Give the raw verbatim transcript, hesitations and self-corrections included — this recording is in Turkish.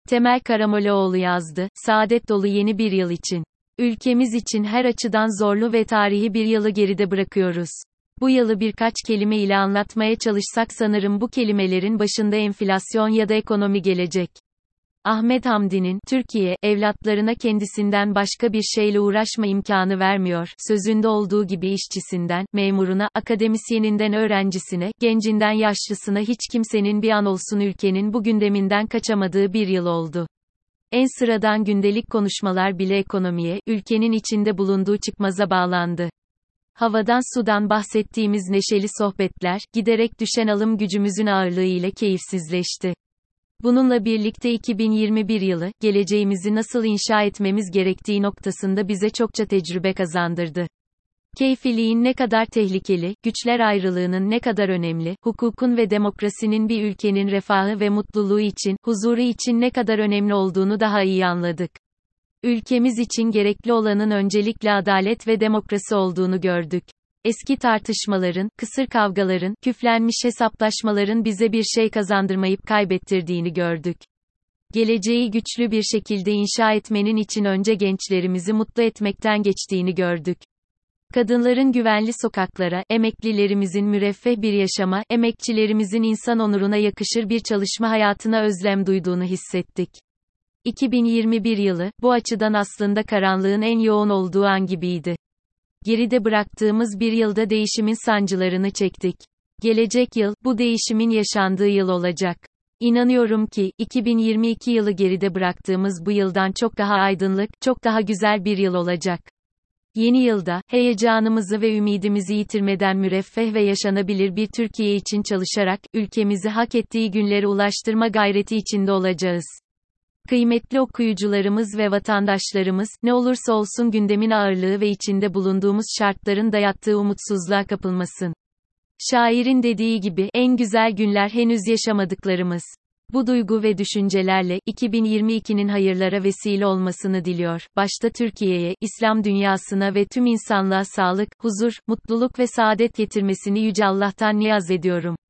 Temel Karamollaoğlu yazdı, saadet dolu yeni bir yıl için. Ülkemiz için her açıdan zorlu ve tarihi bir yılı geride bırakıyoruz. Bu yılı birkaç kelime ile anlatmaya çalışsak sanırım bu kelimelerin başında enflasyon ya da ekonomi gelecek. Ahmet Hamdi'nin, Türkiye, evlatlarına kendisinden başka bir şeyle uğraşma imkanı vermiyor, sözünde olduğu gibi işçisinden, memuruna, akademisyeninden öğrencisine, gencinden yaşlısına hiç kimsenin bir an olsun ülkenin bu gündeminden kaçamadığı bir yıl oldu. En sıradan gündelik konuşmalar bile ekonomiye, ülkenin içinde bulunduğu çıkmaza bağlandı. Havadan sudan bahsettiğimiz neşeli sohbetler, giderek düşen alım gücümüzün ağırlığı ile keyifsizleşti. Bununla birlikte iki bin yirmi bir yılı, geleceğimizi nasıl inşa etmemiz gerektiği noktasında bize çokça tecrübe kazandırdı. Keyfiliğin ne kadar tehlikeli, güçler ayrılığının ne kadar önemli, hukukun ve demokrasinin bir ülkenin refahı ve mutluluğu için, huzuru için ne kadar önemli olduğunu daha iyi anladık. Ülkemiz için gerekli olanın öncelikle adalet ve demokrasi olduğunu gördük. Eski tartışmaların, kısır kavgaların, küflenmiş hesaplaşmaların bize bir şey kazandırmayıp kaybettirdiğini gördük. Geleceği güçlü bir şekilde inşa etmenin için önce gençlerimizi mutlu etmekten geçtiğini gördük. Kadınların güvenli sokaklara, emeklilerimizin müreffeh bir yaşama, emekçilerimizin insan onuruna yakışır bir çalışma hayatına özlem duyduğunu hissettik. iki bin yirmi bir yılı, bu açıdan aslında karanlığın en yoğun olduğu an gibiydi. Geride bıraktığımız bir yılda değişimin sancılarını çektik. Gelecek yıl, bu değişimin yaşandığı yıl olacak. İnanıyorum ki, iki bin yirmi iki yılı geride bıraktığımız bu yıldan çok daha aydınlık, çok daha güzel bir yıl olacak. Yeni yılda, heyecanımızı ve ümidimizi yitirmeden müreffeh ve yaşanabilir bir Türkiye için çalışarak, ülkemizi hak ettiği günlere ulaştırma gayreti içinde olacağız. Kıymetli okuyucularımız ve vatandaşlarımız, ne olursa olsun gündemin ağırlığı ve içinde bulunduğumuz şartların dayattığı umutsuzluğa kapılmasın. Şairin dediği gibi, en güzel günler henüz yaşamadıklarımız. Bu duygu ve düşüncelerle, iki bin yirmi ikinin hayırlara vesile olmasını diliyor, başta Türkiye'ye, İslam dünyasına ve tüm insanlığa sağlık, huzur, mutluluk ve saadet getirmesini Yüce Allah'tan niyaz ediyorum.